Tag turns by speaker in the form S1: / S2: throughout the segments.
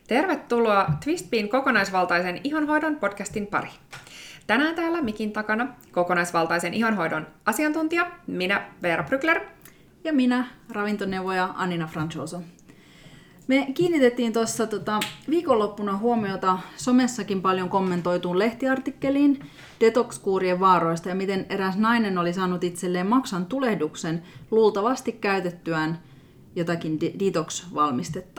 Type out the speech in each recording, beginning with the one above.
S1: Tervetuloa Twistbeen kokonaisvaltaisen ihonhoidon podcastin pariin. Tänään täällä mikin takana kokonaisvaltaisen ihonhoidon asiantuntija, minä Veera Brückler.
S2: Ja minä, ravintoneuvoja Annina Francioso. Me kiinnitettiin tuossa viikonloppuna huomiota somessakin paljon kommentoituun lehtiartikkeliin detox-kuurien vaaroista ja miten eräs nainen oli saanut itselleen maksan tulehduksen luultavasti käytettyään jotakin detox-valmistetta.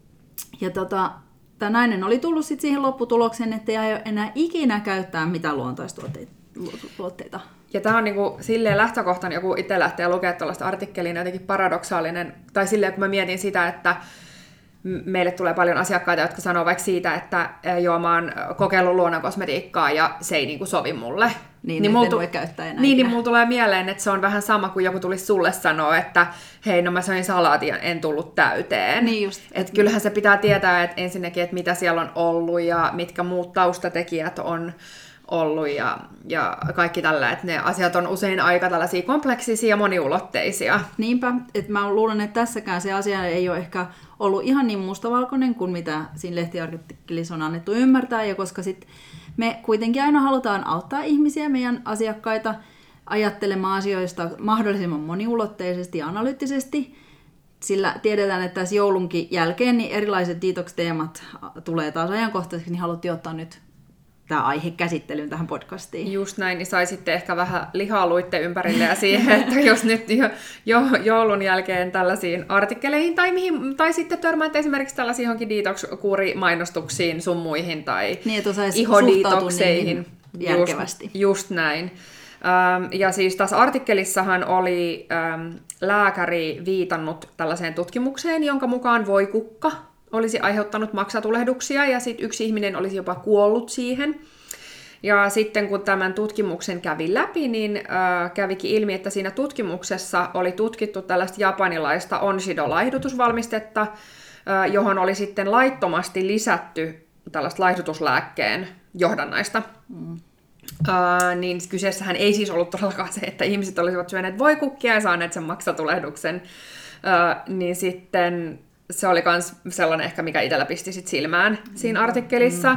S2: Ja tämä nainen oli tullut sitten siihen lopputulokseen, että ei aio enää ikinä käyttää mitään luontaistuotteita.
S1: Ja tämä on niinku silleen lähtökohtaan, joku itse lähtee lukemaan tuollaista artikkeliin jotenkin paradoksaalinen, tai silleen kun mä mietin sitä, että meille tulee paljon asiakkaita, jotka sanoo vaikka siitä, että joo, mä oon kokeillut luonnonkosmetiikkaa ja se ei niinku sovi mulle.
S2: Niin voi käyttää enää.
S1: Niin mulla tulee mieleen, että se on vähän sama kuin joku tulisi sulle sanoa, että hei, no mä söin salaatin ja en tullut täyteen.
S2: Niin just.
S1: Että kyllähän se pitää tietää, että ensinnäkin, että mitä siellä on ollut ja mitkä muut taustatekijät on ollut ja kaikki tällä, että ne asiat on usein aika tällaisia kompleksisia ja moniulotteisia.
S2: Niinpä, että mä luulen, että tässäkään se asia ei ole ehkä ollut ihan niin mustavalkoinen kuin mitä siinä lehtiartikkelissa on annettu ymmärtää, ja koska sitten me kuitenkin aina halutaan auttaa ihmisiä, meidän asiakkaita, ajattelemaan asioista mahdollisimman moniulotteisesti ja analyyttisesti, sillä tiedetään, että tässä joulunkin jälkeen niin erilaiset detox-teemat tulee taas ajankohtaisesti, niin haluttiin ottaa nyt tämä aihe käsittelyyn tähän podcastiin.
S1: Just näin, niin sai sitten ehkä vähän lihaa luitte ympärille ja siihen, että jos nyt jo joulun jälkeen tällaisiin artikkeleihin tai sitten törmäät esimerkiksi tällaisiin johonkin detox-kuurimainostuksiin sun muihin tai
S2: niin,
S1: ihodetokseihin.
S2: Järkevästi.
S1: Just näin. Ja siis tässä artikkelissahan oli lääkäri viitannut tällaiseen tutkimukseen, jonka mukaan voikukka olisi aiheuttanut maksatulehduksia ja sitten yksi ihminen olisi jopa kuollut siihen. Ja sitten kun tämän tutkimuksen kävi läpi, niin kävikin ilmi, että siinä tutkimuksessa oli tutkittu tällaista japanilaista Onshido-laihdutusvalmistetta, johon oli sitten laittomasti lisätty tällaista laihdutuslääkkeen johdannaista. Niin kyseessähän ei siis ollut todellakaan se, että ihmiset olisivat syöneet voikukkia ja saaneet sen maksatulehduksen, niin sitten se oli myös sellainen ehkä, mikä itsellä pisti sit silmään siinä artikkelissa.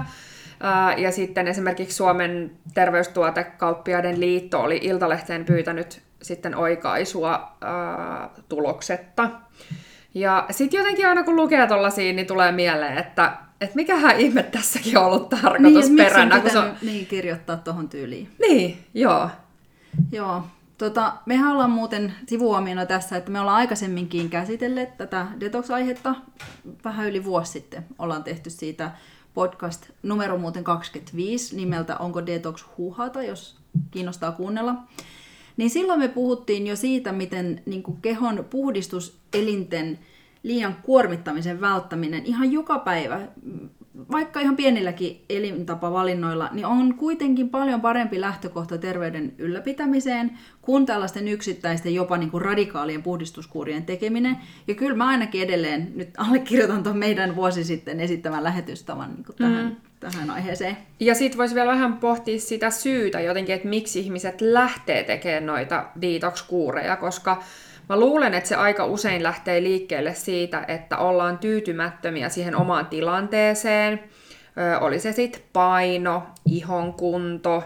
S1: Ja sitten esimerkiksi Suomen terveystuotekauppiaiden liitto oli Iltalehteen pyytänyt sitten oikaisua tuloksetta. Ja sitten jotenkin aina kun lukee tollasia, niin tulee mieleen, että mikähän ihme tässäkin on ollut tarkoitusperänä.
S2: Niin, miksi on pitänyt kirjoittaa tuohon tyyliin.
S1: Niin, joo.
S2: Joo. Mehän ollaan muuten sivuhuomiona tässä, että me ollaan aikaisemminkin käsitelleet tätä detox-aihetta. Vähän yli vuosi sitten ollaan tehty siitä podcast numero muuten 25 nimeltä Onko detox huuhaata, jos kiinnostaa kuunnella. Niin silloin me puhuttiin jo siitä, miten niin kuin kehon puhdistuselinten liian kuormittamisen välttäminen ihan joka päivä, vaikka ihan pienilläkin elintapavalinnoilla, niin on kuitenkin paljon parempi lähtökohta terveyden ylläpitämiseen kuin tällaisten yksittäisten jopa niin kuin radikaalien puhdistuskuurien tekeminen. Ja kyllä mä ainakin edelleen nyt allekirjoitan tuon meidän vuosi sitten esittämän lähetystavan niin kuin tähän aiheeseen.
S1: Ja sitten voisi vielä vähän pohtia sitä syytä jotenkin, että miksi ihmiset lähtee tekemään noita detox-kuureja, koska mä luulen, että se aika usein lähtee liikkeelle siitä, että ollaan tyytymättömiä siihen omaan tilanteeseen. Oli se sitten paino, ihon kunto.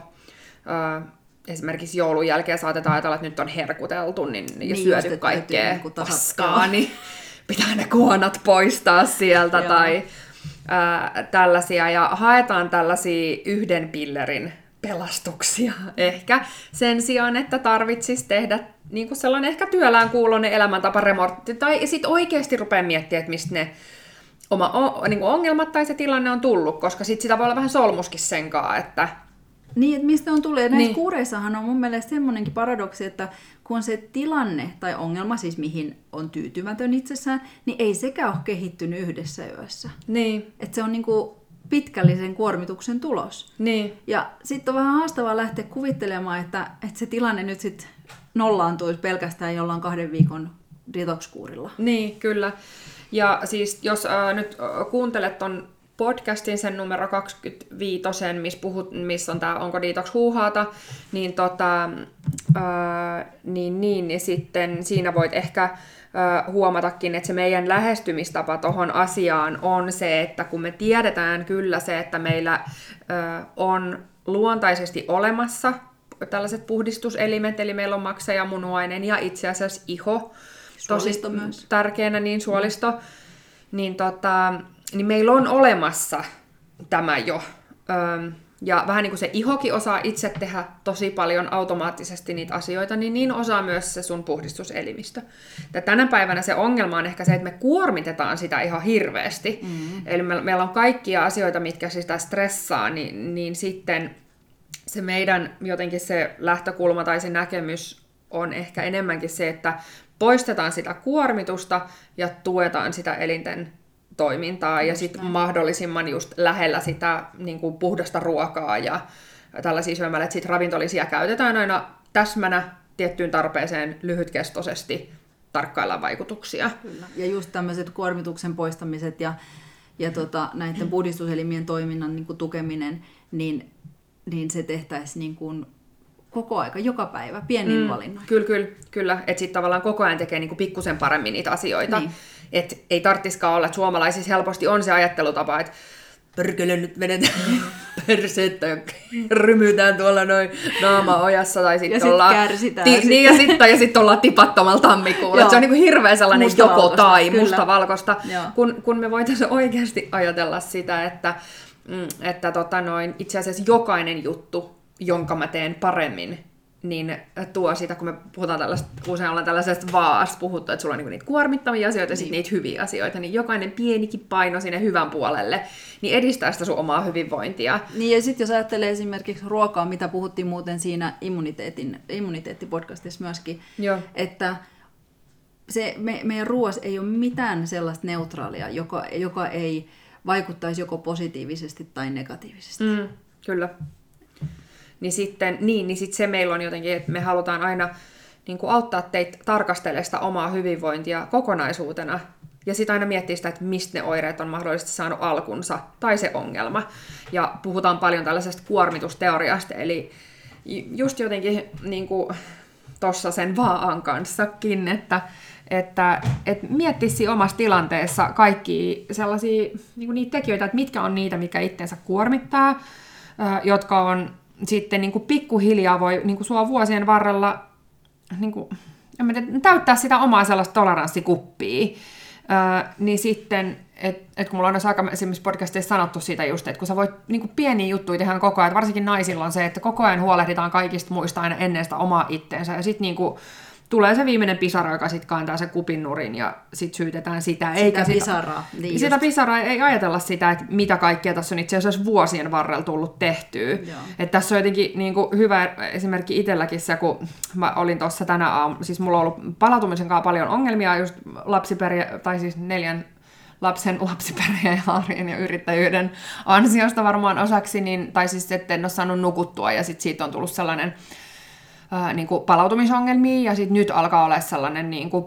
S1: Esimerkiksi joulun jälkeen saatetaan ajatella, että nyt on herkuteltu ja syöty kaikkea paskaa, niin pitää ne kuonat poistaa sieltä tai tällaisia. Ja haetaan tällaisia yhden pillerin pelastuksia ehkä sen sijaan, että tarvitsisi tehdä niin kuin sellainen ehkä työlään kuuloinen elämäntaparemontti, tai sitten oikeasti rupeaa miettimään, että mistä ne niin kuin ongelmat tai se tilanne on tullut, koska sitten sitä voi olla vähän solmuskin senkaan, että
S2: niin, että mistä on tullut. Ja näissä kuureissahan on mun mielestä semmoinenkin paradoksi, että kun se tilanne tai ongelma, siis mihin on tyytymätön itsessään, niin ei sekään ole kehittynyt yhdessä yössä.
S1: Niin.
S2: Että se on niinku pitkällisen kuormituksen tulos.
S1: Niin.
S2: Ja sitten on vähän haastavaa lähteä kuvittelemaan, että se tilanne nyt sitten nollaantuisi pelkästään jollain 2 viikon detox-kuurilla.
S1: Niin, kyllä. Ja siis jos nyt kuuntelet ton podcastin, sen numero 25, missä on tämä Onko Detox huuhaata, niin, niin sitten siinä voit ehkä huomatakin, että se meidän lähestymistapa tuohon asiaan on se, että kun me tiedetään kyllä se, että meillä on luontaisesti olemassa tällaiset puhdistuselimet, eli meillä on maksaja, munuainen ja itse asiassa iho, tosi myös tärkeänä, niin suolisto, niin, niin meillä on olemassa tämä jo. Ja vähän niin kuin se ihokin osaa itse tehdä tosi paljon automaattisesti niitä asioita, niin osaa myös se sun puhdistuselimistö. Ja tänä päivänä se ongelma on ehkä se, että me kuormitetaan sitä ihan hirveästi. Eli meillä on kaikkia asioita, mitkä sitä stressaa, niin sitten se meidän jotenkin se lähtökulma tai se näkemys on ehkä enemmänkin se, että poistetaan sitä kuormitusta ja tuetaan sitä elinten toimintaa ja sitten mahdollisimman just lähellä sitä niin kuin puhdasta ruokaa ja tällaisia syömällä, että sitten ravintolisia käytetään aina täsmänä tiettyyn tarpeeseen lyhytkestoisesti tarkkaillaan vaikutuksia.
S2: Kyllä. Ja just tämmöiset kuormituksen poistamiset ja näiden puhdistuselimien toiminnan niin kuin tukeminen, niin se tehtäisiin niin kuin koko aika, joka päivä, pienin valinnoin.
S1: Kyllä. Että sitten tavallaan koko ajan tekee niinku pikkusen paremmin niitä asioita. Niin. Että ei tarttiskaan olla, että suomalaisissa helposti on se ajattelutapa, että perkele nyt vedetään persettä ja rymytään tuolla noin naamaojassa. Tai sit
S2: ja
S1: ollaan,
S2: kärsitään.
S1: Ja sitten ollaan tipattomalla tammikuulla. Se on niinku hirveän sellainen joko tai mustavalkoista. Kun me voitaisiin oikeasti ajatella sitä, että itse asiassa jokainen juttu, jonka mä teen paremmin, niin tuo sitä, kun me puhutaan usein ollaan tällaisesta vaasta puhuttu, että sulla on niitä kuormittavia asioita ja sitten niitä hyviä asioita, niin jokainen pienikin paino sinne hyvän puolelle, niin edistää sitä sun omaa hyvinvointia.
S2: Niin ja sitten jos ajattelee esimerkiksi ruokaa, mitä puhuttiin muuten siinä immuniteettipodcastissa myöskin,
S1: Joo.
S2: että meidän ruoassa ei ole mitään sellaista neutraalia, joka ei vaikuttaisi joko positiivisesti tai negatiivisesti.
S1: Kyllä. Niin sitten se meillä on jotenkin, että me halutaan aina niin kuin auttaa teitä tarkastelemaan sitä omaa hyvinvointia kokonaisuutena. Ja sitten aina miettiä sitä, että mistä ne oireet on mahdollisesti saanut alkunsa, tai se ongelma. Ja puhutaan paljon tällaisesta kuormitusteoriasta, eli just jotenkin niin kuin tuossa sen Vaan kanssakin, että miettisi omassa tilanteessa kaikkia sellaisia niin kuin niitä tekijöitä, että mitkä on niitä, mikä itsensä kuormittaa, jotka on sitten niin kuin pikkuhiljaa voi niin kuin sua vuosien varrella niin kuin, täyttää sitä omaa sellaista toleranssikuppiä. Niin sitten, että kun mulla on aika esimerkiksi podcastissa sanottu siitä just, että kun sä voit niin kuin pieniä juttuja tehdä koko ajan, että varsinkin naisilla on se, että koko ajan huolehditaan kaikista muista aina ennen sitä omaa itteensä, ja sitten niin kuin tulee se viimeinen pisara, joka sitten kantaa sen kupin nurin, ja sitten syytetään sitä. Sitä pisaraa ei ajatella sitä, että mitä kaikkea tässä on itse asiassa vuosien varrella tullut tehtyä. Että tässä on jotenkin niin kuin hyvä esimerkki itselläkin se, kun mä olin tuossa tänä aamuna, siis mulla on ollut palautumisen kanssa paljon ongelmia, just tai siis 4 lapsen lapsiperheen ja arjen ja yrittäjyyden ansiosta varmaan osaksi, tai siis että en ole saanut nukuttua, ja sitten siitä on tullut sellainen niin kuin palautumisongelmia, ja sitten nyt alkaa olla sellainen niin kuin,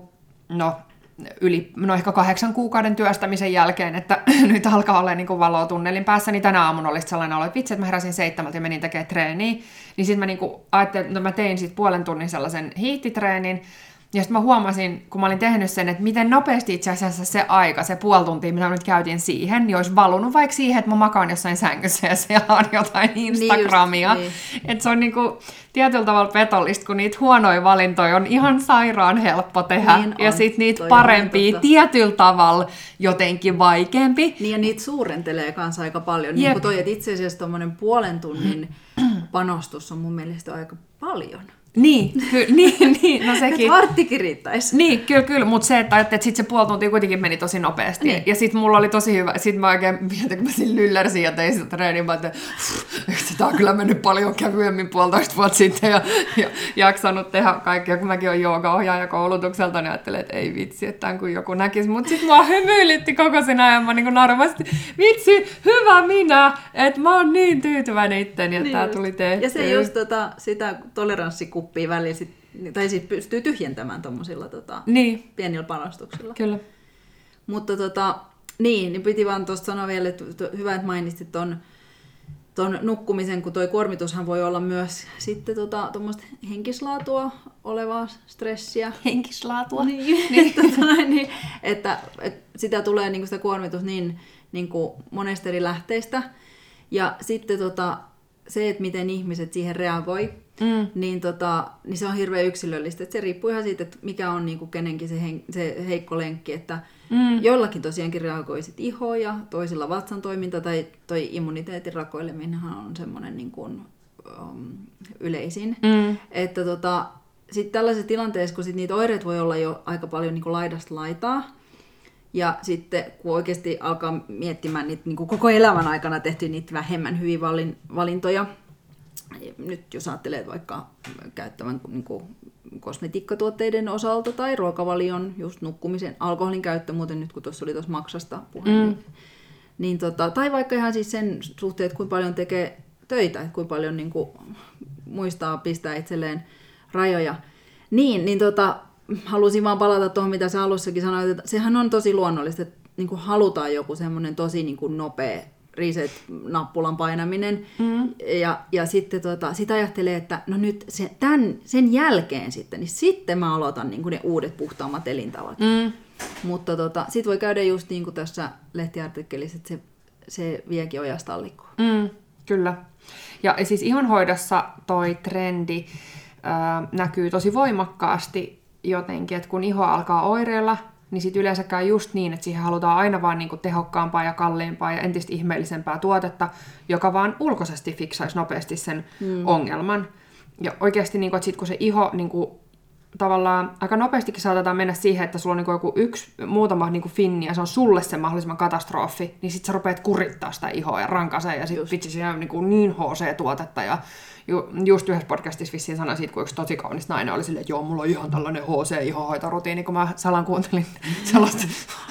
S1: ehkä 8 kuukauden työstämisen jälkeen, että nyt alkaa olla niin kuin valoa tunnelin päässä, niin tänä aamuna oli sellainen olo, että vitsi, että mä heräsin 7 ja menin tekemään treeniä, niin sitten mä niin kuin ajattelin, että mä tein sitten puolen tunnin sellaisen hiittitreenin, ja sitten mä huomasin, kun mä olin tehnyt sen, että miten nopeasti itse asiassa se aika, se puoli tuntia, mitä mä nyt käytin siihen, niin olisi valunut vaikka siihen, että mä makaan jossain sängyssä ja siellä on jotain Instagramia. Niin. Että se on niinku tietyllä tavalla petollista, kun niitä huonoja valintoja on ihan sairaan helppo tehdä. Niin ja sitten niitä parempia tietyllä tavalla jotenkin vaikeampi.
S2: Niin ja niitä suurentelee kanssa aika paljon. Niin kuin toi, että itse asiassa tommoinen puolen tunnin panostus on mun mielestä aika paljon.
S1: Niin, no sekin.
S2: Varttikin riittäisi.
S1: Niin, kyllä, mutta se, että sitten se puoli tuntia kuitenkin meni tosi nopeasti. Niin. Ja sitten mulla oli tosi hyvä, sitten mä oikein mietin, kun mä siinä lyllärsin ja tein sitä treeniä, mä että tämä on kyllä mennyt paljon kävyemmin 1,5 vuotta sitten ja jaksanut tehdä kaikkea, kun mäkin olen joogaohjaaja koulutukselta, niin ajattelin, että ei vitsi, että tämän kun joku näkisi. Mutta sitten mua hymyilytti koko sen ajan, mä niin nauruvasti, vitsi, hyvä minä, että mä oon niin tyytyväinen itteeni, että niin tämä tuli tehtyä.
S2: Ja se just sitä toleranssikuppia välillä, tai siis pystyy tyhjentämään tuommoisilla pienillä panostuksilla.
S1: Kyllä.
S2: Mutta Niin piti vaan tuosta sanoa vielä, että hyvä, että mainitsit ton nukkumisen, kun toi kuormitushan voi olla myös sitten tuommoista henkislaatua olevaa stressiä.
S1: Henkislaatua?
S2: Niin, että sitä tulee niin sitä kuormitus niin kuin monesta eri lähteistä. Ja sitten se, että miten ihmiset siihen reagoi, niin se on hirveän yksilöllistä. Että se riippuu ihan siitä, että mikä on niin kuin kenenkin se heikko lenkki. Että joillakin tosiaankin reagoi sit iho ja toisilla vatsan toiminta tai toi immuniteetin rakoileminenhan on semmoinen niin kuin, yleisin. Että sitten tällaisessa tilanteessa, kun sit niitä oireita voi olla jo aika paljon niin kuin laidasta laitaa, ja sitten kun oikeasti alkaa miettimään niitä niin kuin koko elämän aikana tehty niitä vähemmän hyviä valintoja, nyt jos ajattelee vaikka käyttävän niin kuin kosmetiikkatuotteiden osalta tai ruokavalion, just nukkumisen, alkoholin käyttö, muuten nyt kun tuossa oli tuossa maksasta puhe, niin tai vaikka ihan siis sen suhteen, että kuinka paljon tekee töitä, että kuinka paljon niin kuin muistaa pistää itselleen rajoja, niin halusin vaan palata tuohon, mitä sä alussakin sanoit, että sehän on tosi luonnollista, että niin kuin halutaan joku semmoinen tosi niin kuin nopea reset-nappulan painaminen. Ja sitten sitä ajattelee, että no nyt sen jälkeen sitten, niin sitten mä aloitan niin kuin ne uudet puhtaammat elintavat. Mutta sitten voi käydä just niin kuin tässä lehtiartikkelissa, että se viekin ojasta allikkoon.
S1: Kyllä. Ja siis ihonhoidossa toi trendi näkyy tosi voimakkaasti jotenkin, että kun iho alkaa oireilla, niin sitten yleensä käy just niin, että siihen halutaan aina vaan niinku tehokkaampaa ja kalliimpaa ja entistä ihmeellisempää tuotetta, joka vaan ulkoisesti fiksaisi nopeasti sen ongelman. Ja oikeasti, niinku, että sit kun se iho niinku, tavallaan aika nopeastikin saatetaan mennä siihen, että sulla on niinku joku muutama niinku finni ja se on sulle se mahdollisimman katastrofi, niin sit sä rupeat kurittaa sitä ihoa ja rankasee ja sit vitsi siinä on niinku niin HC-tuotetta ja just yhdessä podcastissa vissiin sanoin siitä, kun yksi tosi kaunis nainen oli silleen, että joo, mulla on ihan tällainen HC-ihohoitorutiini, kun mä salan kuuntelin sellaista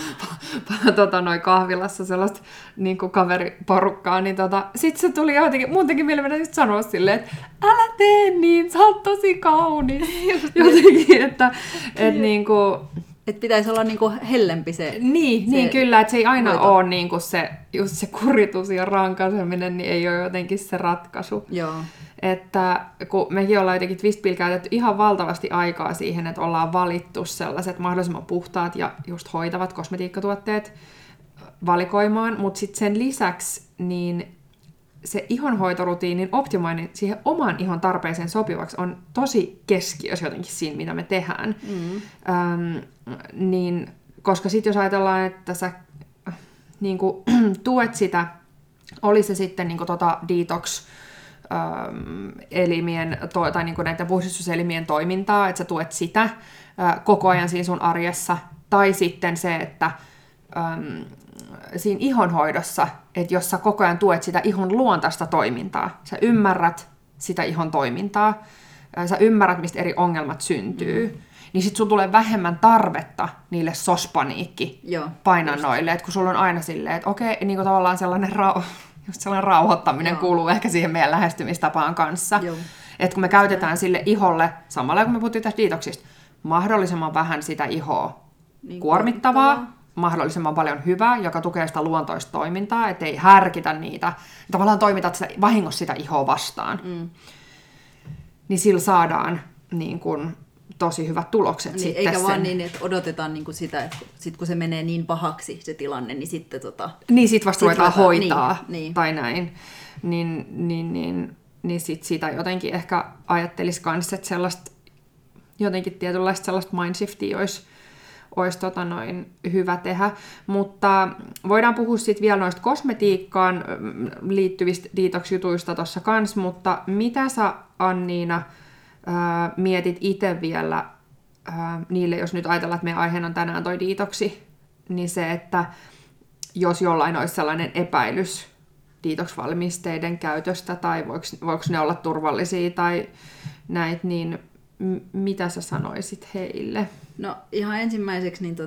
S1: kahvilassa sellaista niin kuin kaveriporukkaa, niin sit se tuli jotenkin, muutenkin mieleen mennä sanoa silleen, että älä tee niin, sä oot tosi kaunis. Jotenkin, että niinku...
S2: Että pitäisi olla niinku hellempi se...
S1: Niin, kyllä, että se ei aina ole niinku just se kuritus ja rankaseminen, niin ei ole jotenkin se ratkaisu.
S2: Joo.
S1: Että kun mekin ollaan jotenkin Twistpillä käytetty ihan valtavasti aikaa siihen, että ollaan valittu sellaiset mahdollisimman puhtaat ja just hoitavat kosmetiikkatuotteet valikoimaan, mutta sitten sen lisäksi niin se ihonhoitorutiinin optimoinnin siihen oman ihon tarpeeseen sopivaksi on tosi keskiössä jotenkin siinä, mitä me tehdään. Niin, koska sitten jos ajatellaan, että sä niin kuin, tuet sitä, oli se sitten niin kuin, detox elimien tai niin kuin näiden puhdistuselimien toimintaa, että sä tuet sitä koko ajan siinä sun arjessa, tai sitten se, että siinä ihonhoidossa, että jos sä koko ajan tuet sitä ihon luontaista toimintaa, sä ymmärrät sitä ihon toimintaa, sä ymmärrät, mistä eri ongelmat syntyy, niin sit sun tulee vähemmän tarvetta niille sospaniikki-painannoille, että kun sulla on aina silleen, että okei, niin kuin tavallaan sellainen rauhoittaminen kuuluu ehkä siihen meidän lähestymistapaan kanssa. Että kun me käytetään sille iholle, samalla kun me puhuttiin tästä detoksista, mahdollisimman vähän sitä ihoa niin kuormittavaa, mahdollisimman paljon hyvää, joka tukee sitä luontoista toimintaa, ettei härkitä niitä. Tavallaan toimitat vahingossa sitä ihoa vastaan. Niin sillä saadaan niin kun, tosi hyvät tulokset
S2: niin,
S1: sitten.
S2: Eikä vaan niin, että odotetaan niin kuin sitä, että sit kun se menee niin pahaksi se tilanne, niin sitten
S1: Niin sit vasta ruvetaan hoitaa
S2: niin.
S1: tai näin. Niin sit sitä jotenkin ehkä ajattelisi kanssa, että sellaista jotenkin tietynlaista sellaista mindshiftia olisi hyvä tehdä, mutta voidaan puhua sitten vielä noista kosmetiikkaan liittyvistä detox-jutuista tuossa kanssa, mutta mitä sä, Anniina, mietit itse vielä niille, jos nyt ajatellaan, että meidän aiheena on tänään toi detoxi, niin se, että jos jollain olisi sellainen epäilys detox-valmisteiden käytöstä, tai voiko ne olla turvallisia tai näitä, niin mitä sä sanoisit heille?
S2: No ihan ensimmäiseksi, niin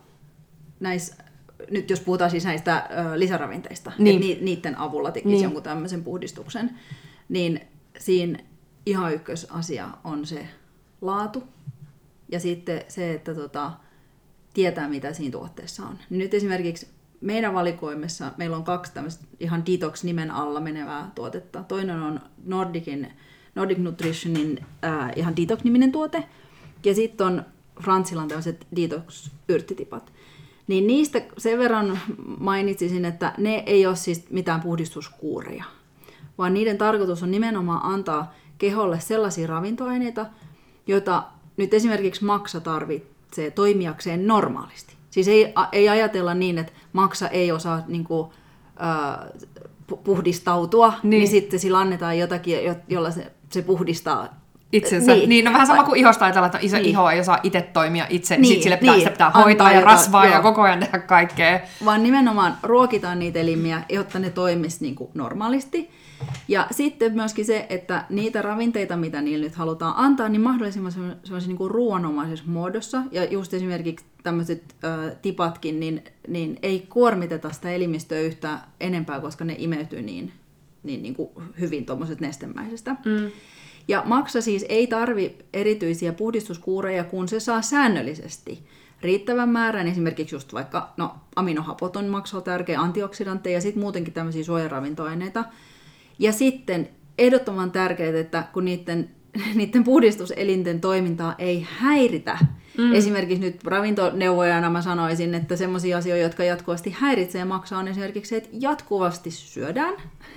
S2: nyt jos puhutaan siis näistä lisäravinteista, niin. Että niiden avulla tekisi jonkun tämmöisen puhdistuksen, niin siinä ihan ykkösasia on se laatu ja sitten se, että tietää mitä siinä tuotteessa on. Nyt esimerkiksi meidän valikoimissa meillä on 2 tämmöistä ihan Detox-nimen alla menevää tuotetta. Toinen on Nordic Nutritionin ihan Detox-niminen tuote, ja sitten on Frantzilan tämmöiset Detox-yrttitipat. Niin niistä sen verran mainitsisin, että ne ei ole siis mitään puhdistuskuureja, vaan niiden tarkoitus on nimenomaan antaa keholle sellaisia ravintoaineita, joita nyt esimerkiksi maksa tarvitsee toimijakseen normaalisti. Siis ei ajatella niin, että maksa ei osaa niin kuin, puhdistautua, niin sitten sillä annetaan jotakin, jolla se puhdistaa
S1: itsensä. Niin, no vähän sama kuin ihosta ajatellaan, että iso iho ei osaa itse toimia itse, niin sitten sille pitää hoitaa ja rasvaa ja koko ajan tehdä kaikkea.
S2: Vaan nimenomaan ruokitaan niitä elimiä, jotta ne toimisi niin kuin normaalisti. Ja sitten myöskin se, että niitä ravinteita, mitä niille nyt halutaan antaa, niin mahdollisimman sellaisessa niin kuin ruoanomaisessa muodossa. Ja just esimerkiksi tämmöiset tipatkin, niin ei kuormiteta sitä elimistöä yhtään enempää, koska ne imeytyy niin kuin hyvin tuommoiset nestemäisestä. Ja maksa siis ei tarvi erityisiä puhdistuskuureja, kun se saa säännöllisesti riittävän määrän, esimerkiksi just vaikka aminohapot on maksalla tärkeä, antioksidantteja ja sitten muutenkin tämmöisiä suojaravintoaineita. Ja sitten ehdottoman tärkeää, että kun niiden puhdistuselinten toimintaa ei häiritä. Esimerkiksi nyt ravintoneuvojana mä sanoisin, että semmoisia asioita, jotka jatkuvasti häiritsee maksaa, on esimerkiksi se, että jatkuvasti syödään.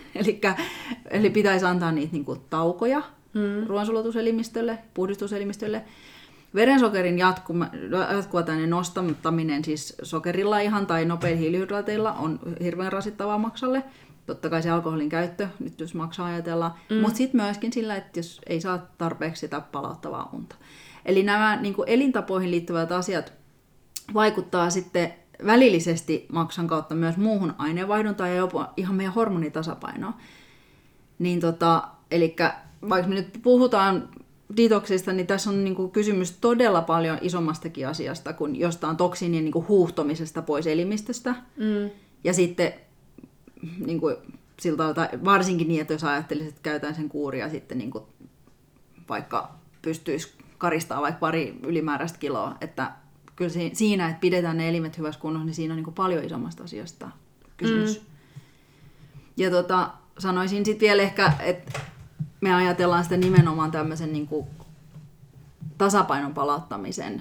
S2: Eli pitäisi antaa niitä niin kuin taukoja ruoansulatuselimistölle, puhdistuselimistölle. Verensokerin jatkuva tänne nostaminen siis sokerilla ihan tai nopeilla hiilihydraateilla on hirveän rasittavaa maksalle. Totta kai se alkoholin käyttö, nyt jos maksaa ajatellaan, mutta sitten myöskin sillä, että jos ei saa tarpeeksi sitä palauttavaa unta. Eli nämä niin kuin elintapoihin liittyvät asiat vaikuttaa sitten välillisesti maksan kautta myös muuhun aineenvaihduntaan ja jopa ihan meidän hormonitasapainoon. Niin eli vaikka me nyt puhutaan detoksista, niin tässä on niin kuin kysymys todella paljon isommastakin asiasta kuin jostain toksiinien niin kuin huuhtomisesta pois elimistöstä. Ja sitten niin kuin siltä, varsinkin niin, että jos ajattelisit, että käytän sen kuuria sitten niin kuin vaikka pystyisi karistaa vaikka pari ylimääräistä kiloa, että kyllä siinä, että pidetään ne elimet hyvässä kunnossa, niin siinä on niin kuin paljon isommasta asiasta kysymys. Ja sanoisin sitten vielä ehkä, että me ajatellaan sitä nimenomaan tämmöisen niin kuin tasapainon palauttamisen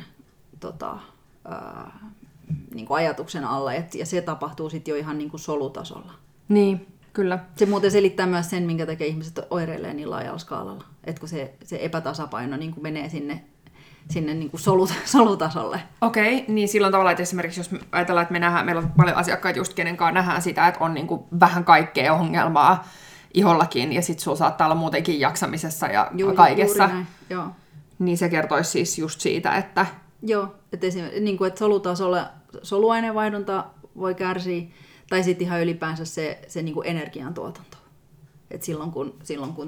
S2: niin kuin ajatuksen alla, ja se tapahtuu sitten jo ihan niin kuin solutasolla.
S1: Niin, kyllä.
S2: Se muuten selittää myös sen, minkä takia ihmiset oireilee niin laajalla skaalalla. Että kun se epätasapaino niin kuin menee sinne niin kuin solutasolle.
S1: Okei, niin silloin tavallaan, että esimerkiksi jos ajatellaan, että meillä on paljon asiakkaita just kenen kanssa nähdään sitä, että on niin kuin vähän kaikkea ongelmaa ihollakin, ja sitten sulla saattaa olla muutenkin jaksamisessa ja kaikessa.
S2: Joo.
S1: Niin se kertoisi siis just siitä, että...
S2: Joo, että niin kuin, että solutasolla soluaineenvaihdunta voi kärsiä, tai sitten ihan ylipäänsä se niin kuin energiantuotanto. Että silloin kun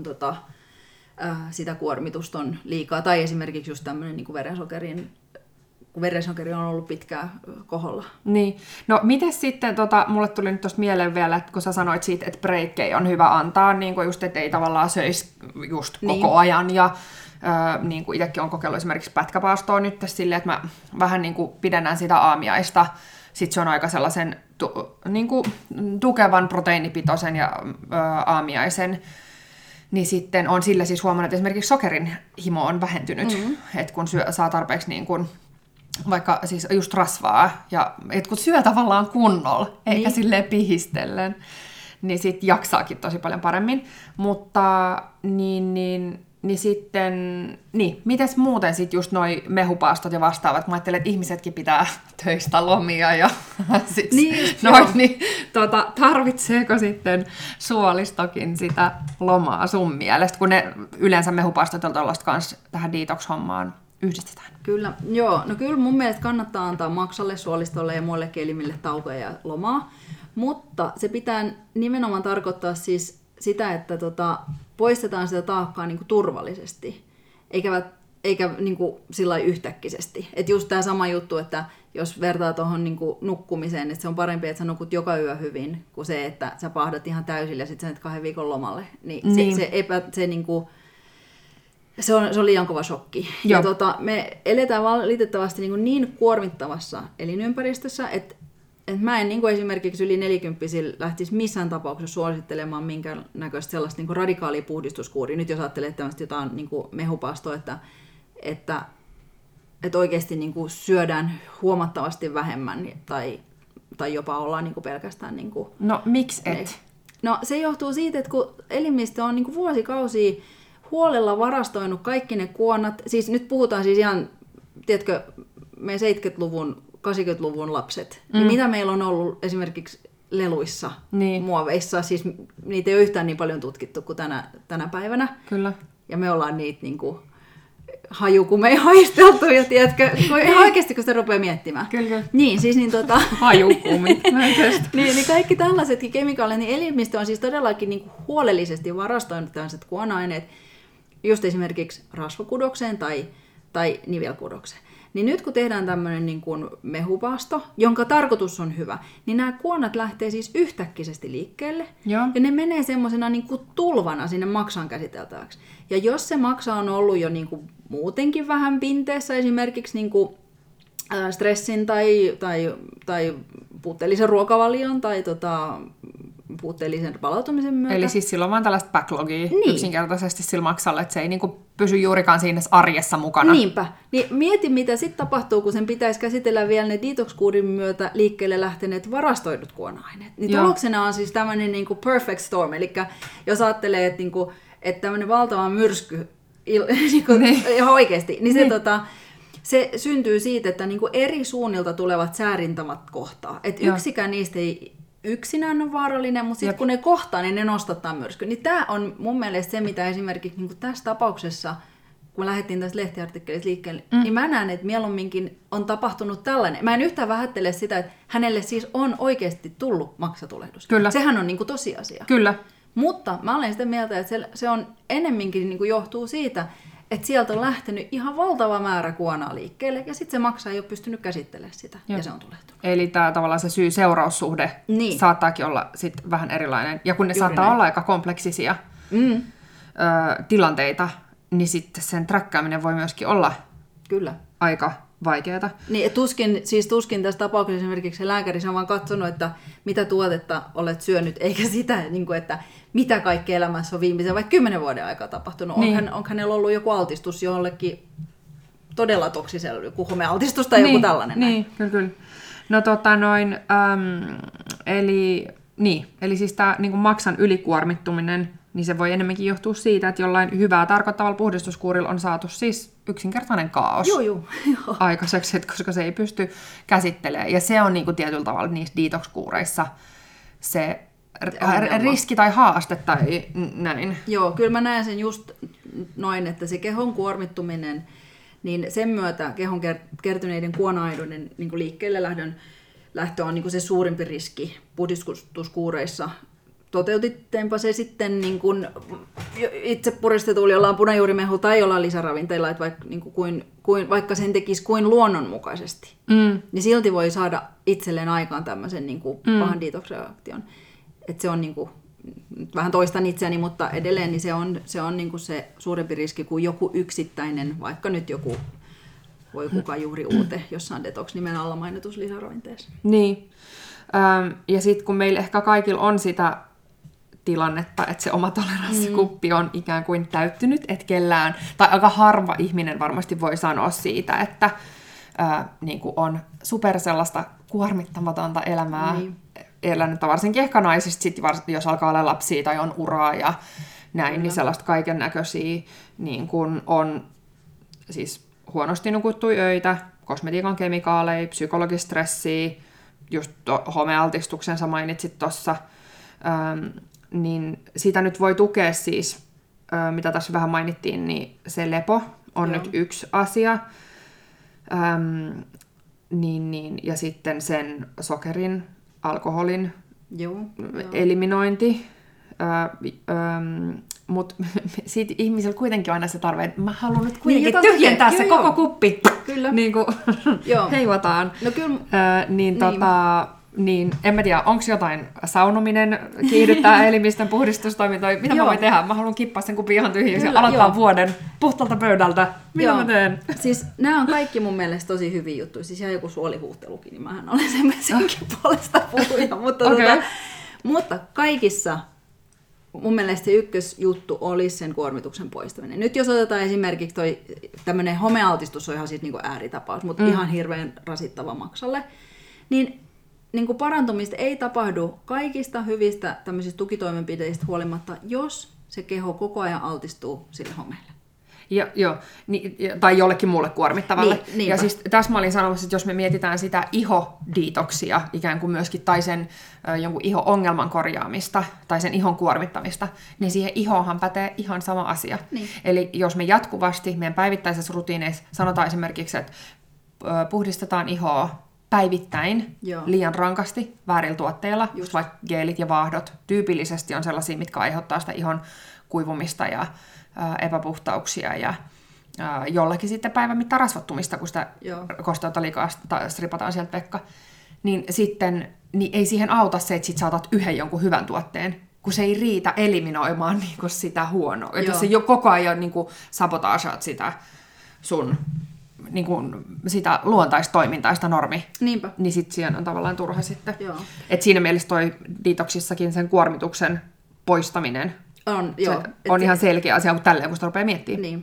S2: sitä kuormitusta on liikaa, tai esimerkiksi just tämmöinen niin kuin verensokeri on ollut pitkään koholla.
S1: Niin. No mites sitten, mulle tuli nyt tuosta mieleen vielä, että kun sä sanoit siitä, että breikkejä on hyvä antaa, niin kuin just, että ei tavallaan söisi just koko ajan, ja niin kuin itsekin olen kokeillut esimerkiksi pätkäpaastoa nyt silleen, että mä vähän niin kuin pidennän sitä aamiaista, sitten se on aika sellaisen niin kuin tukevan proteiinipitoisen ja aamiaisen, niin sitten on sillä siis huomannut, että esimerkiksi sokerin himo on vähentynyt, että kun saa tarpeeksi niin kuin, vaikka siis just rasvaa, ja että kun syö tavallaan kunnolla, eikä silleen pihistellen, niin sitten jaksaakin tosi paljon paremmin. Mutta niin sitten, mites muuten sitten just noi mehupaastot ja vastaavat, mä ajattelen, että ihmisetkin pitää töistä lomia ja sit tarvitseeko sitten suolistokin sitä lomaa sun mielestä, kun ne yleensä mehupaastot on tuollaista kanssa tähän detox-hommaan yhdistetään?
S2: Kyllä, joo. No kyllä mun mielestä kannattaa antaa maksalle, suolistolle ja muillekin elimille taukoja ja lomaa, mutta se pitää nimenomaan tarkoittaa siis sitä, että poistetaan sitä taakkaa niin kuin turvallisesti, eikä niin kuin sillä yhtäkkisesti. Että just tämä sama juttu, että jos vertaa tuohon niin kuin nukkumiseen, että se on parempi, että sä nukut joka yö hyvin, kuin se, että sä pahdat ihan täysillä ja sitten sä 2 viikon lomalle. Se on liian kova shokki. Ja me eletään valitettavasti niin kuormittavassa elinympäristössä, että Et mä en niin kuin esimerkiksi yli 40-vuotiaille lähtisi missään tapauksessa suosittelemaan minkään näköistä sellaista niin kuin radikaalia puhdistuskuuria. Nyt jos ajattelee tämmöistä jotain niin kuin mehupastoa, että oikeasti niin kuin syödään huomattavasti vähemmän tai jopa ollaan niin kuin pelkästään... Niin kuin,
S1: no miksi et?
S2: No se johtuu siitä, että kun elimistö on niin kuin vuosikausia huolella varastoinut kaikki ne kuonat, siis nyt puhutaan siis ihan, tiedätkö, meidän 70-luvun, 80-luvun lapset, niin mitä meillä on ollut esimerkiksi leluissa, muoveissa, siis niitä ei ole yhtään niin paljon tutkittu kuin tänä päivänä.
S1: Kyllä. Ja me ollaan
S2: niitä niin kuin hajukumeja haisteltu, ja tiedätkö, ihan oikeasti kun sitä rupeaa miettimään.
S1: Kyllä.
S2: Niin, siis
S1: hajukumit.
S2: niin kaikki tällaisetkin kemikaalit, niin elimistö on siis todellakin niin kuin huolellisesti varastoinut tällaiset kuona-aineet, just esimerkiksi rasvakudokseen tai nivelkudokseen. Niin nyt kun tehdään tämmöinen niin kuin mehupasto, jonka tarkoitus on hyvä, niin nämä kuonat lähtee siis yhtäkkisesti liikkeelle.
S1: Joo.
S2: Ja ne menee semmoisena niin kuin tulvana sinne maksan käsiteltäväksi. Ja jos se maksa on ollut jo niin kuin muutenkin vähän pinteessä, esimerkiksi niin kuin stressin tai puutteellisen ruokavalion tai puutteellisen palautumisen myötä.
S1: Eli siis sillä on vaan tällaista backlogia yksinkertaisesti sillä maksalla, että se ei niinku pysy juurikaan siinä arjessa mukana.
S2: Niinpä. Niin mieti, mitä sitten tapahtuu, kun sen pitäisi käsitellä vielä ne detox-kuurin myötä liikkeelle lähteneet varastoidut kuona-aineet. Niin tuloksena on siis tämmöinen niinku perfect storm. Eli jos ajattelee, että niinku, tämmöinen valtava myrsky ihan oikeasti, niin se syntyy siitä, että niinku eri suunnilta tulevat säärintamat kohtaa. Että yksikään niistä ei yksinään on vaarallinen, mutta sitten kun ne kohtaa, niin ne nostattaa myrskyn. Niin tämä on mun mielestä se, mitä esimerkiksi niin tässä tapauksessa, kun me lähdettiin tästä lehtiartikkelista liikkeelle, niin mä näen, että mieluumminkin on tapahtunut tällainen. Mä en yhtään vähättele sitä, että hänelle siis on oikeasti tullut maksatulehdus.
S1: Kyllä.
S2: Sehän on niin kuin tosiasia.
S1: Kyllä.
S2: Mutta mä olen sitä mieltä, että se on ennemminkin niin kuin johtuu siitä, että sieltä on lähtenyt ihan valtava määrä kuonaa liikkeelle, ja sitten se maksaa ei ole pystynyt käsittelemään sitä, ja se on tulehtunut.
S1: Eli tämä tavallaan se syy-seuraussuhde saattaakin olla sit vähän erilainen. Ja kun ne saattaa olla aika kompleksisia tilanteita, niin sitten sen träkkääminen voi myöskin olla aika vaikeaa.
S2: Niin, tuskin tässä tapauksessa esimerkiksi se lääkäri on vaan katsonut, että mitä tuotetta olet syönyt, eikä sitä, että mitä kaikkea elämässä on viimeisen vaikka 10 vuoden aikaa tapahtunut.
S1: Niin.
S2: Onko hänellä ollut joku altistus jollekin todella toksiselle, joku homealtistus tai joku tällainen?
S1: Niin, kyllä. No eli siis tämä niin maksan ylikuormittuminen, niin se voi enemmänkin johtua siitä, että jollain hyvää tarkoittavalla puhdistuskuurilla on saatu siis yksinkertainen kaos aikaiseksi, koska se ei pysty käsittelemään. Ja se on niin kuin tietyllä tavalla niissä detox-kuureissa se riski tai haaste tai näin.
S2: Joo, kyllä mä näen sen just noin, että se kehon kuormittuminen, niin sen myötä kehon kertyneiden kuona-aineiden niin kuin liikkeelle lähtö on niin kuin se suurimpi riski puhdistuskuureissa. Toteutitteempa se sitten niin kuin itse puristetulla jollain punajuurimehulla tai jollain lisäravinteilla, että vaikka sen tekisi kuin luonnonmukaisesti, niin silti voi saada itselleen aikaan tämmöisen niin kuin pahan detox-reaktion. Että se on niin kuin, vähän toistan itseäni, mutta edelleen niin se on niin kuin se suurempi riski kuin joku yksittäinen, vaikka nyt joku voi kuka juuri uute jossain detox-nimen alla mainitussa lisäravinteessa.
S1: Niin. Ja sitten kun meillä ehkä kaikilla on sitä tilannetta, että se oma toleranssikuppi on ikään kuin täyttynyt, että kellään, tai aika harva ihminen varmasti voi sanoa siitä, että niin kuin on super sellaista kuormittamatonta elämää elänyt, varsinkin ehkä naisista, sit, jos alkaa olla lapsia tai on uraa ja näin, niin sellaista kaiken näköisiä niin kuin on siis huonosti nukuttuja öitä, kosmetiikan kemikaaleja, psykologista stressiä, just homealtistuksen sä mainitsit tuossa, niin sitä nyt voi tukea siis, mitä tässä vähän mainittiin, niin se lepo on nyt yksi asia, ja sitten sen sokerin, alkoholin eliminointi, mutta siitä ihmisellä kuitenkin on aina se tarve, että mä haluan nyt kuitenkin tyhjentää se koko kuppi, niin kuin heivataan.
S2: No kyllä.
S1: Niin, en mä tiedä, onko jotain saunominen kiihdyttää elimistön puhdistustoimintoja? Mitä mä voin tehdä? Mä haluan kippaa sen kupin ihan tyhjäksi ja aloittaa vuoden puhtaalta pöydältä. Mitä mä teen?
S2: Siis nämä on kaikki mun mielestä tosi hyviä juttuja. Siis ihan joku suolihuhtelukin, niin mähän olen senkin puolesta puhuja. Mutta kaikissa mun mielestä se ykkösjuttu olisi sen kuormituksen poistaminen. Nyt jos otetaan esimerkiksi toi tämmöinen homealtistus on ihan siis niinku ääritapaus, mutta ihan hirveän rasittava maksalle, niin niinku parantumista ei tapahdu kaikista hyvistä tämmöisistä tukitoimenpiteistä huolimatta, jos se keho koko ajan altistuu sille homeelle.
S1: Joo, tai jollekin muulle kuormittavalle.
S2: Niin,
S1: ja siis tässä mä olin sanomassa, että jos me mietitään sitä ihodetoxia ikään kuin myöskin, tai sen jonkun iho-ongelman korjaamista, tai sen ihon kuormittamista, niin siihen ihoonhan pätee ihan sama asia. Niin. Eli jos me jatkuvasti meidän päivittäisessä rutiineissa sanotaan esimerkiksi, että puhdistetaan ihoa päivittäin liian rankasti väärillä tuotteilla, just vaikka geelit ja vaahdot tyypillisesti on sellaisia, mitkä aiheuttaa sitä ihon kuivumista ja epäpuhtauksia ja jollakin sitten päivän mittaan rasvattumista, kun sitä kosteutta liikaa stripataan sieltä Pekka, niin sitten niin ei siihen auta se, että sit saatat yhden jonkun hyvän tuotteen, kun se ei riitä eliminoimaan niinku sitä huonoa. Että jos se jo koko ajan niinku sabotaasaat sitä sun niinku, sitä luontaistoimintaa, sitä normi, niin sitten siihen on tavallaan turha sitten. Et siinä mielessä toi detoxissakin sen kuormituksen poistaminen on ihan selkeä asia, kun tälleen, kun sitä rupeaa miettimään.
S2: Niin.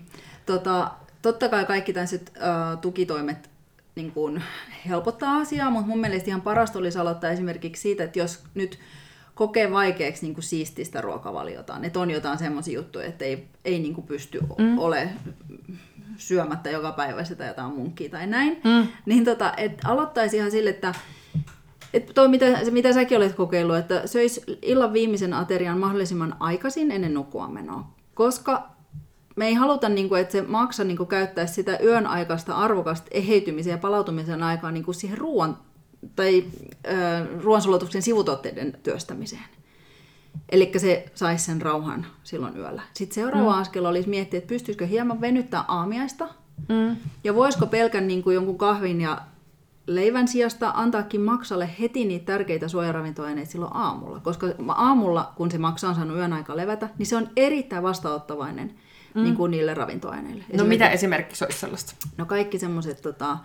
S2: Totta kai kaikki tämmöiset tukitoimet niin kuin helpottaa asiaa, mutta mun mielestä ihan parasta olisi aloittaa esimerkiksi siitä, että jos nyt kokee vaikeaksi niin kuin siistiä sitä ruokavaliotaan, että on jotain semmoisia juttuja, että ei niin kuin pysty ole syömättä joka päivä sitä jotain munkkia tai näin, niin että aloittaisi ihan sille, että toi, mitä säkin olet kokeillut, että söisi illan viimeisen aterian mahdollisimman aikaisin ennen nukkuamenoa. Koska me ei haluta, että se maksa käyttäisi sitä yön aikaista arvokasta eheytymisen ja palautumisen aikaa siihen ruoan tai ruoansulatuksen sivutuotteiden työstämiseen. Eli se saisi sen rauhan silloin yöllä. Sitten seuraava askel olisi miettiä, että pystyisikö hieman venyttää aamiaista ja voisiko pelkän jonkun kahvin ja leivän sijasta antaakin maksalle heti niitä tärkeitä suojaravintoaineita silloin aamulla. Koska aamulla, kun se maksa on saanut yön aika levätä, niin se on erittäin vastaanottavainen niin kuin niille ravintoaineille.
S1: No mitä esimerkiksi olisi sellaista?
S2: No kaikki semmoiset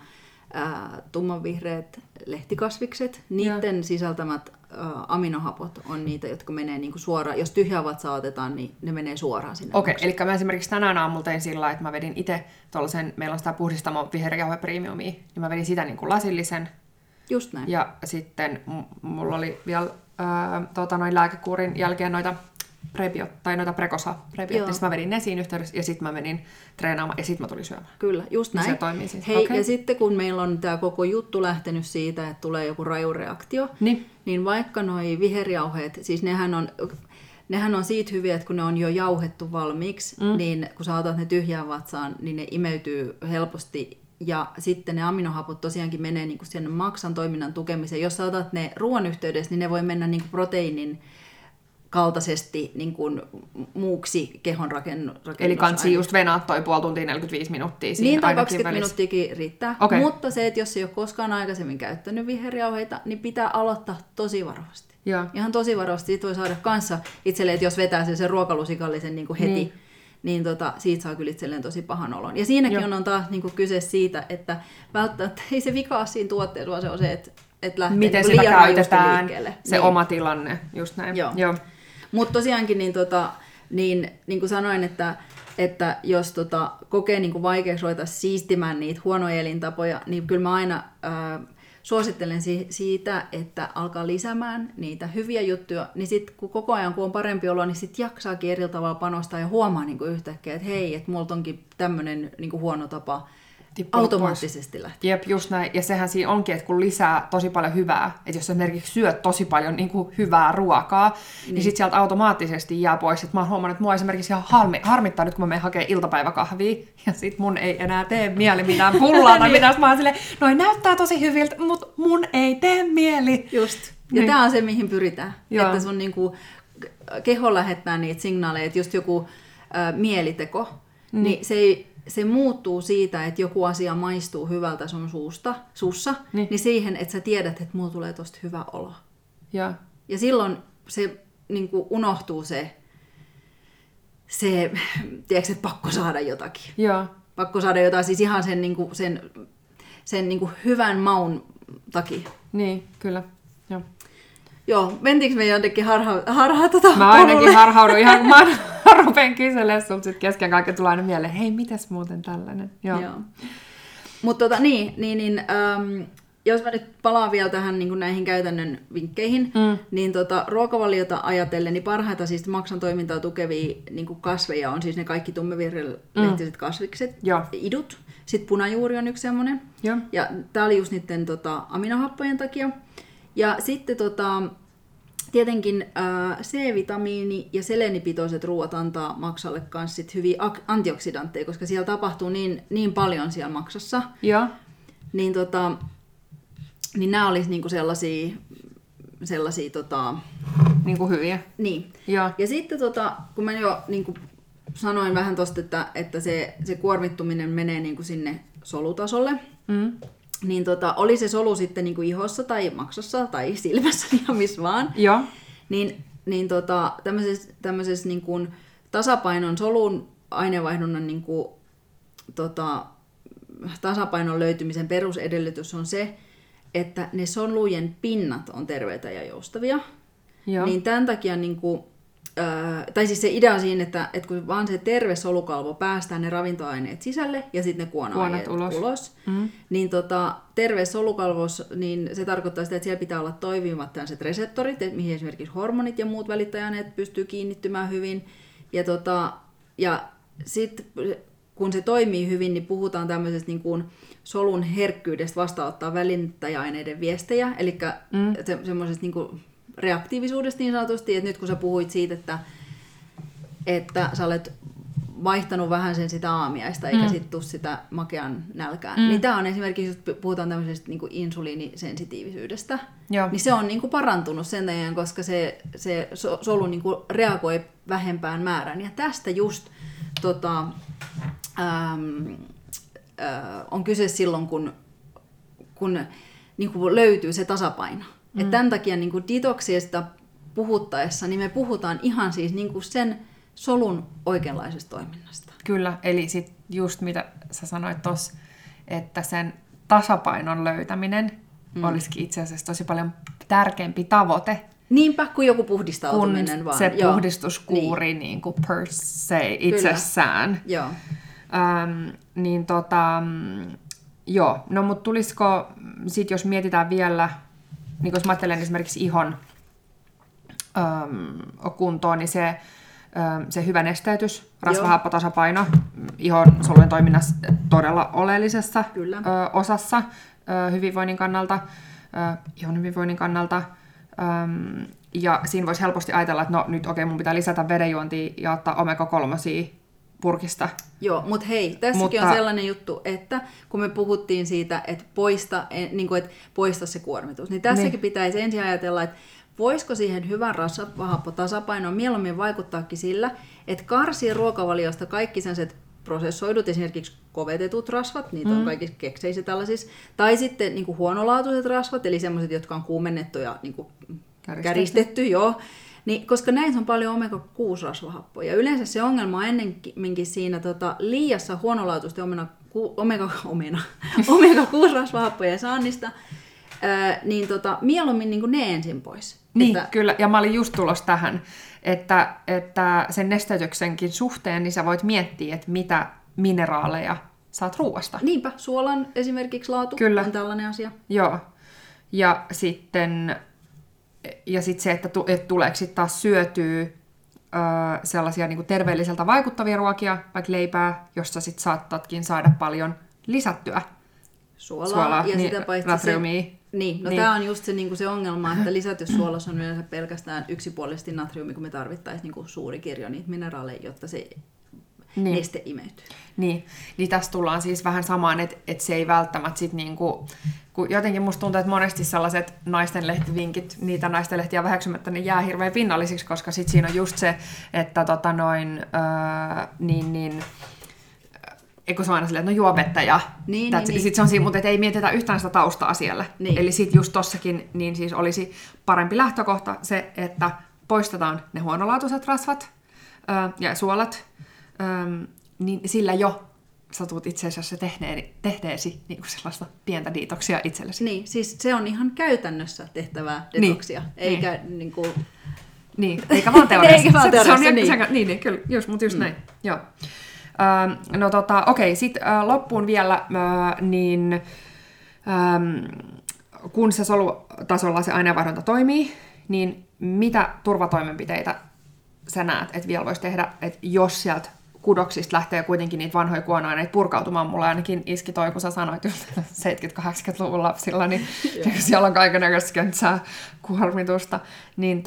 S2: tummanvihreät lehtikasvikset, niiden sisältämät aminohapot on niitä, jotka menee niin kuin suoraan. Jos tyhjävatsa otetaan, niin ne menee suoraan sinne.
S1: Okei, eli mä esimerkiksi tänään aamulla tein sillä lailla, että mä vedin itse tuollaisen, meillä on sitä puhdistamo viherjauhe premiumia, niin mä vedin sitä niin kuin lasillisen.
S2: Just näin.
S1: Ja sitten mulla oli vielä lääkekuurin jälkeen noita noita Prekosa-prebiootteja, mä vedin ne siinä yhteydessä, ja sitten mä menin treenaamaan, ja sitten mä tulin syömään.
S2: Kyllä, just näin.
S1: Se toimii siis.
S2: Hei, ja sitten kun meillä on tämä koko juttu lähtenyt siitä, että tulee joku rajureaktio, niin vaikka noi viherjauheet, siis nehän on siitä hyviä, että kun ne on jo jauhettu valmiiksi, niin kun sä otat ne tyhjään vatsaan, niin ne imeytyy helposti, ja sitten ne aminohapot tosiaankin menee niin kuin sen maksan toiminnan tukemiseen. Jos sä otat ne ruoan yhteydessä, niin ne voi mennä niin kuin proteiinin kaltaisesti niin kuin muuksi kehon rakennus.
S1: Eli kansi just venaa toi puoli tuntia 45 minuuttia siinä
S2: niin, tai 20 minuuttiakin riittää.
S1: Okay.
S2: Mutta se, että jos ei ole koskaan aikaisemmin käyttänyt viherjauheita, niin pitää aloittaa tosi varovasti.
S1: Joo.
S2: Ihan tosi varovasti. Siitä voi saada kanssa itselleen, että jos vetää sen ruokalusikallisen niin kuin heti, niin siitä saa kyllä itselleen tosi pahan olon. Ja siinäkin on taas niin kuin kyse siitä, että välttämättä ei se vika siinä tuotteessa, vaan se on se, että lähtee
S1: miten
S2: niin
S1: sitä käytetään,
S2: liikkeelle.
S1: Se oma tilanne, just näin. Joo.
S2: Mutta tosiaankin, niin kuin sanoin, että jos kokee niin kuin vaikeaksi ruveta siistimään niitä huonoja elintapoja, niin kyllä mä aina suosittelen siitä, että alkaa lisäämään niitä hyviä juttuja, niin sitten kun koko ajan kun on parempi olo, niin sitten jaksaakin eri tavalla panostaa ja huomaa niin kuin yhtäkkiä, että hei, että multa onkin tämmöinen niin kuin huono tapa automaattisesti lähtee.
S1: Jep, just näin. Ja sehän siinä onkin, että kun lisää tosi paljon hyvää, että jos esimerkiksi syöt tosi paljon niin kuin hyvää ruokaa, niin sitten sieltä automaattisesti jää pois. Että mä oon huomannut, että mua esimerkiksi ihan harmittaa nyt, kun mä menen hakemaan iltapäiväkahvia, ja sit mun ei enää tee mieli mitään pullaa tai mitään. Mä oon silleen, noi näyttää tosi hyviltä, mutta mun ei tee mieli.
S2: Just. Ja tää on se, mihin pyritään. Joo. Että sun niin kuin, keho lähettää niitä signaaleja, että just joku mieliteko, niin se muuttuu siitä, että joku asia maistuu hyvältä sun suussa, niin siihen, että sä tiedät, että mulla tulee tosta hyvä olo. Ja silloin se niin kuin unohtuu se tiedätkö, että pakko saada jotakin. Pakko saada jotain, siis ihan sen, niin kuin, sen niin kuin hyvän maun takia.
S1: Niin, kyllä.
S2: Joo, mentiinkö me jonnekin harhaa
S1: Mä ainakin harhaudun ihan, mä rupean kyselemään sulta sit kesken kaiken, tulee aina mieleen, hei, mitäs muuten tällainen? Joo.
S2: Mutta jos mä nyt palaan vielä tähän niin kuin näihin käytännön vinkkeihin, niin ruokavaliota ajatellen, niin parhaita siis maksan toimintaa tukevia niin kuin kasveja on siis ne kaikki tummevirrelehtiset kasvikset, idut. Sitten punajuuri on yksi semmoinen. Ja tää oli just niiden aminohappojen takia. Ja sitten tietenkin C-vitamiini ja selenipitoiset ruoat antaa maksalle kanssa sit hyviä antioksidantteja, koska siellä tapahtuu niin paljon siellä maksassa. Niin, niin nämä olisi niinku sellaisia
S1: niinku hyviä.
S2: Niin. Ja sitten kun mä jo niinku sanoin vähän tosta, että se kuormittuminen menee niinku sinne solutasolle, niin oli se solu sitten niinku ihossa tai maksassa tai silmässä ihan missä vaan, niin tämmöisessä niinku tasapainon solun aineenvaihdunnan niinku, tasapainon löytymisen perusedellytys on se, että ne solujen pinnat on terveitä ja joustavia. Niin tämän takia niinku, tai siis se idea on siinä, että kun vaan se terve solukalvo päästää ne ravintoaineet sisälle ja sitten ne kuona-aineet ulos. Niin terve solukalvos, niin se tarkoittaa sitä, että siellä pitää olla toimivat tällaiset reseptorit, mihin esimerkiksi hormonit ja muut välittäjäaineet pystyy kiinnittymään hyvin. Ja sitten kun se toimii hyvin, niin puhutaan tämmöisestä niin kuin solun herkkyydestä vastaanottaa välittäjäaineiden viestejä, eli semmoisesta niin kuin reaktiivisuudesta niin sanotusti, että nyt kun sä puhuit siitä, että sä olet vaihtanut vähän sen sitä aamiaista, eikä sit tuu sitä makean nälkään, niin tää on esimerkiksi, jos puhutaan tämmöisestä niin kuin insuliinisensitiivisyydestä, niin se on niin kuin parantunut sen takia, koska se solu niin kuin reagoi vähempään määrään. Ja tästä just on kyse silloin, kun niin kuin löytyy se tasapaino. Et tämän takia niin kuin detoksiasta puhuttaessa, niin me puhutaan ihan siis niin kuin sen solun oikeanlaisesta toiminnasta.
S1: Kyllä, eli sit just mitä sä sanoit tuossa, että sen tasapainon löytäminen olisikin itse asiassa tosi paljon tärkeämpi tavoite.
S2: Niinpä, kuin joku puhdistautuminen
S1: kun
S2: vaan.
S1: Se puhdistuskuuri niin kuin per se itsessään.
S2: Joo.
S1: Joo, no mutta tulisiko sit, jos mietitään vielä, niin jos mä ajattelen esimerkiksi ihon kuntoon, niin se hyvä nesteytys, rasvahappotasapaino ihon solujen toiminnassa todella oleellisessa osassa hyvinvoinnin kannalta, ihon hyvinvoinnin kannalta. Ja siinä voisi helposti ajatella, että no nyt mun pitää lisätä vedenjuontia ja ottaa omega-3 purkista.
S2: Joo, mutta hei, tässäkin on sellainen juttu, että kun me puhuttiin siitä, että poista se kuormitus, niin tässäkin pitäisi ensin ajatella, että voisiko siihen hyvän rasvahappotasapainoon mieluummin vaikuttaakin sillä, että karsii ruokavaliosta kaikki sellaiset prosessoidut, esimerkiksi kovetetut rasvat, niitä on kaikissa kekseissä tällaisissa, tai sitten niin kuin huonolaatuiset rasvat, eli sellaiset, jotka on kuumennettu ja niin kuin käristetty, niin, koska näissä on paljon omega-6-rasvahappoja. Yleensä se ongelma on ennenkin siinä liiassa huonolaatuisten omega-6-rasvahappojen saannista, niin mieluummin niin kuin ne ensin pois.
S1: Niin, kyllä. Ja mä olin just tulossa tähän, että sen nesteytyksenkin suhteen niin sä voit miettiä, että mitä mineraaleja saat ruuasta.
S2: Niinpä, suolan esimerkiksi laatu on tällainen asia.
S1: Joo. Ja sitten se, että tuleeko sitten taas syötyä sellaisia niin kuin terveelliseltä vaikuttavia ruokia, vaikka leipää, jossa sitten saattaatkin saada paljon lisättyä suolaa ja sitä paitsi natriumia.
S2: Niin, tämä on just se ongelma, että lisätyssä suolassa on yleensä pelkästään yksipuolisesti natriumi, kun me tarvittaisiin niin suuri kirjo niitä mineraaleja, jotta se neste imeytyy.
S1: Niin tässä tullaan siis vähän samaan, että se ei välttämättä sit niinku, kun jotenkin musta tuntuu, että monesti sellaiset naistenlehtivinkit, niitä naistenlehtiä väheksymättä, ne jää hirveän pinnallisiksi, koska sit siinä on just se, että eikö se on aina silleen, että no juo vettä ja
S2: Niin.
S1: Sitten se on siinä, mutta ei mietitä yhtään sitä taustaa siellä.
S2: Niin.
S1: Eli sitten just tossakin niin siis olisi parempi lähtökohta se, että poistetaan ne huonolaatuiset rasvat ja suolat, niin sillä jo sä tulet itse asiassa tehneesi niin kuin sellaista pientä diitoksia itsellesi.
S2: Niin, siis se on ihan käytännössä tehtävää detoksia, eikä niin kuin...
S1: Niin, eikä vaan teoriassa.
S2: Eikä vaan teoriassa,
S1: niin, kyllä, mutta just näin. Joo. No okei, sitten loppuun vielä, niin kun se solutasolla se aineenvaihdunta toimii, niin mitä turvatoimenpiteitä sä näet, että vielä voisi tehdä, että jos sieltä kudoksista lähtee kuitenkin niitä vanhoja kuona-aineita purkautumaan, mulla ainakin iski toi, kun sä sanoit just 70-80-luvun lapsilla, niin siellä on kaikennäköistä köntsää kuormitusta, niin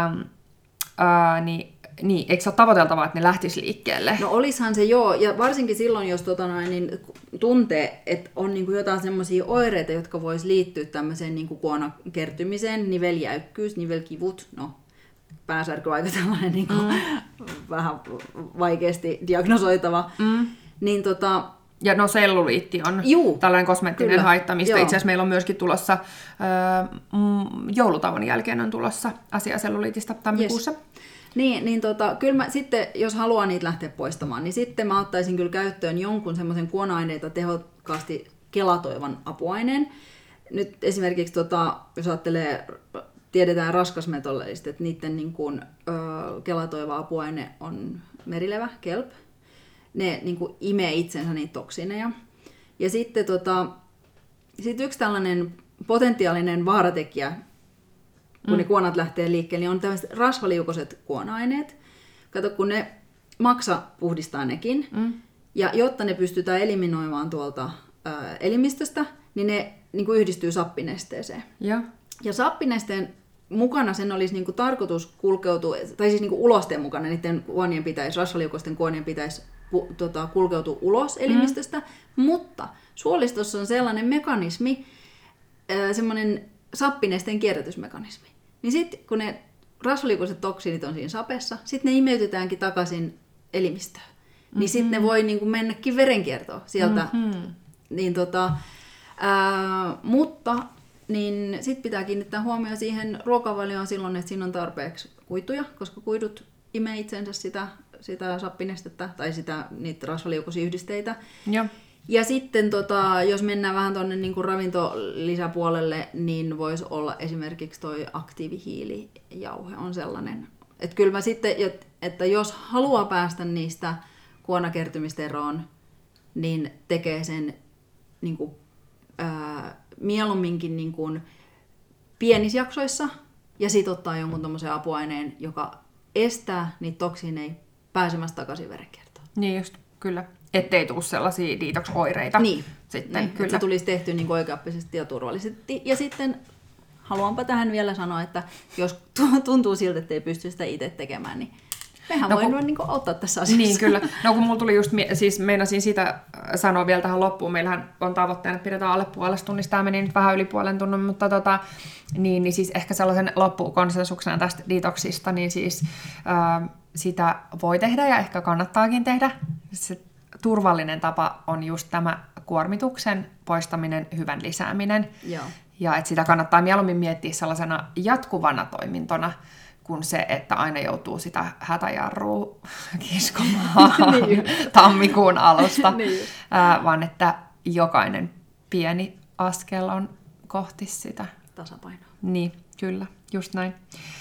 S1: niin, eikö se ole tavoiteltavaa, että ne lähtisi liikkeelle?
S2: No olishan se joo, ja varsinkin silloin, jos niin tuntee, että on niin kuin jotain semmoisia oireita, jotka vois liittyä tämmöiseen niin kuin kuonakertymiseen, niveljäykkyys, nivelkivut, no päänsärky aika tällainen niin kuin, vähän vaikeasti diagnosoitava, niin
S1: ja no selluliitti on tällainen kosmeettinen haitta, mistä itse asiassa meillä on myöskin tulossa, joulutauon jälkeen on tulossa asiaa selluliitista tammikuussa. Yes.
S2: Niin kyllä mä sitten, jos haluaa niitä lähteä poistamaan, niin sitten mä ottaisin kyllä käyttöön jonkun semmoisen kuona-aineita tehokkaasti kelatoivan apuaineen. Nyt esimerkiksi, jos ajattelee, tiedetään raskasmetalleista, että niiden niin kuin, kelatoiva apuaine on merilevä, kelp. Ne niin kuin imee itsensä niitä toksineja. Ja sitten sit yksi tällainen potentiaalinen vaaratekijä, kun ne kuonat lähtee liikkeelle, niin on tämmöiset rasvaliukoiset kuona-aineet. Kato, kun ne maksa puhdistaa nekin. Ja jotta ne pystytään eliminoimaan tuolta elimistöstä, niin ne niin kuin yhdistyy sappinesteeseen. Ja sappinesteen mukana sen olisi niin kuin tarkoitus kulkeutua, tai siis niin kuin ulosteen mukana niiden kuonien rasvaliukoisten kuonien pitäisi kulkeutua ulos elimistöstä, mutta suolistossa on sellainen mekanismi, semmoinen sappinesteen kierrätysmekanismi. Niin sitten kun ne rasvaliukoiset toksiinit on siinä sapessa, sitten ne imeytetäänkin takaisin elimistöön. Niin sitten ne voi niin kuin mennäkin verenkiertoon sieltä. Niin mutta niin sitten pitää kiinnittää huomioon siihen ruokavalioon silloin, että siinä on tarpeeksi kuituja, koska kuidut imee itsensä sitä sappinestettä tai niitä rasvaliukoisia yhdisteitä. Ja sitten jos mennään vähän tuonne niin ravintolisäpuolelle, niin voisi olla esimerkiksi toi aktiivihiilijauhe on sellainen. Että kyllä mä sitten, että jos haluaa päästä niistä kuonakertymistä eroon, niin tekee sen niin kuin, mieluumminkin niin kuin pienissä jaksoissa ja sitten ottaa jonkun tommosen apuaineen, joka estää niitä toksiineja pääsemästä takaisin verenkiertoon.
S1: Niin just, kyllä. Ettei tule sellaisia detox-oireita.
S2: Niin,
S1: sitten,
S2: kyllä. Se tulisi tehty niin oikeappisesti ja turvallisesti. Ja sitten haluanpa tähän vielä sanoa, että jos tuntuu siltä, että ei pysty sitä itse tekemään, niin mehän voimme niin auttaa tässä asiassa.
S1: Niin, kyllä. No kun mulla tuli just, siis meinasin sitä sanoa vielä tähän loppuun. Meillähän on tavoitteena, että pidetään alle puolesta tunnista. Tämä meni nyt vähän yli puolen tunnin, mutta niin siis ehkä sellaisen loppukonsensuksena tästä detoxista, niin siis sitä voi tehdä ja ehkä kannattaakin tehdä. Se turvallinen tapa on just tämä kuormituksen poistaminen, hyvän lisääminen.
S2: Joo.
S1: Ja että sitä kannattaa mieluummin miettiä sellaisena jatkuvana toimintona, kuin se, että aina joutuu sitä hätäjarrua kiskomaan tammikuun alusta, vaan että jokainen pieni askel on kohti sitä
S2: tasapainoa.
S1: Niin, kyllä, just näin.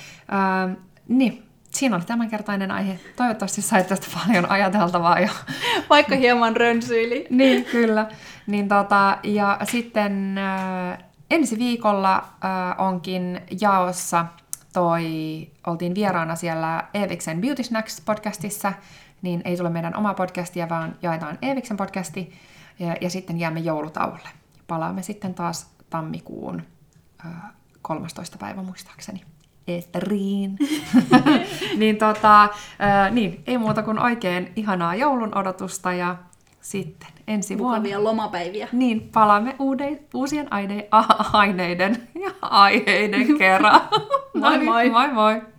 S1: Niin, siinä oli tämänkertainen aihe. Toivottavasti sait tästä paljon ajateltavaa jo.
S2: Vaikka hieman rönsyili.
S1: Niin, kyllä. Niin, ja sitten ensi viikolla onkin jaossa oltiin vieraana siellä Eeviksen Beauty Snacks podcastissa, niin ei tule meidän oma podcastia, vaan jaetaan Eeviksen podcasti, ja sitten jäämme joulutauolle. Palaamme sitten taas tammikuun 13. päivä muistaakseni eetteriin. niin, ei muuta kuin oikein ihanaa joulun odotusta, ja sitten ensi vuonna.
S2: Mukavia lomapäiviä.
S1: Niin, palaamme uusien aineiden ja aiheiden kerran.
S2: Moi moi!
S1: Moi moi!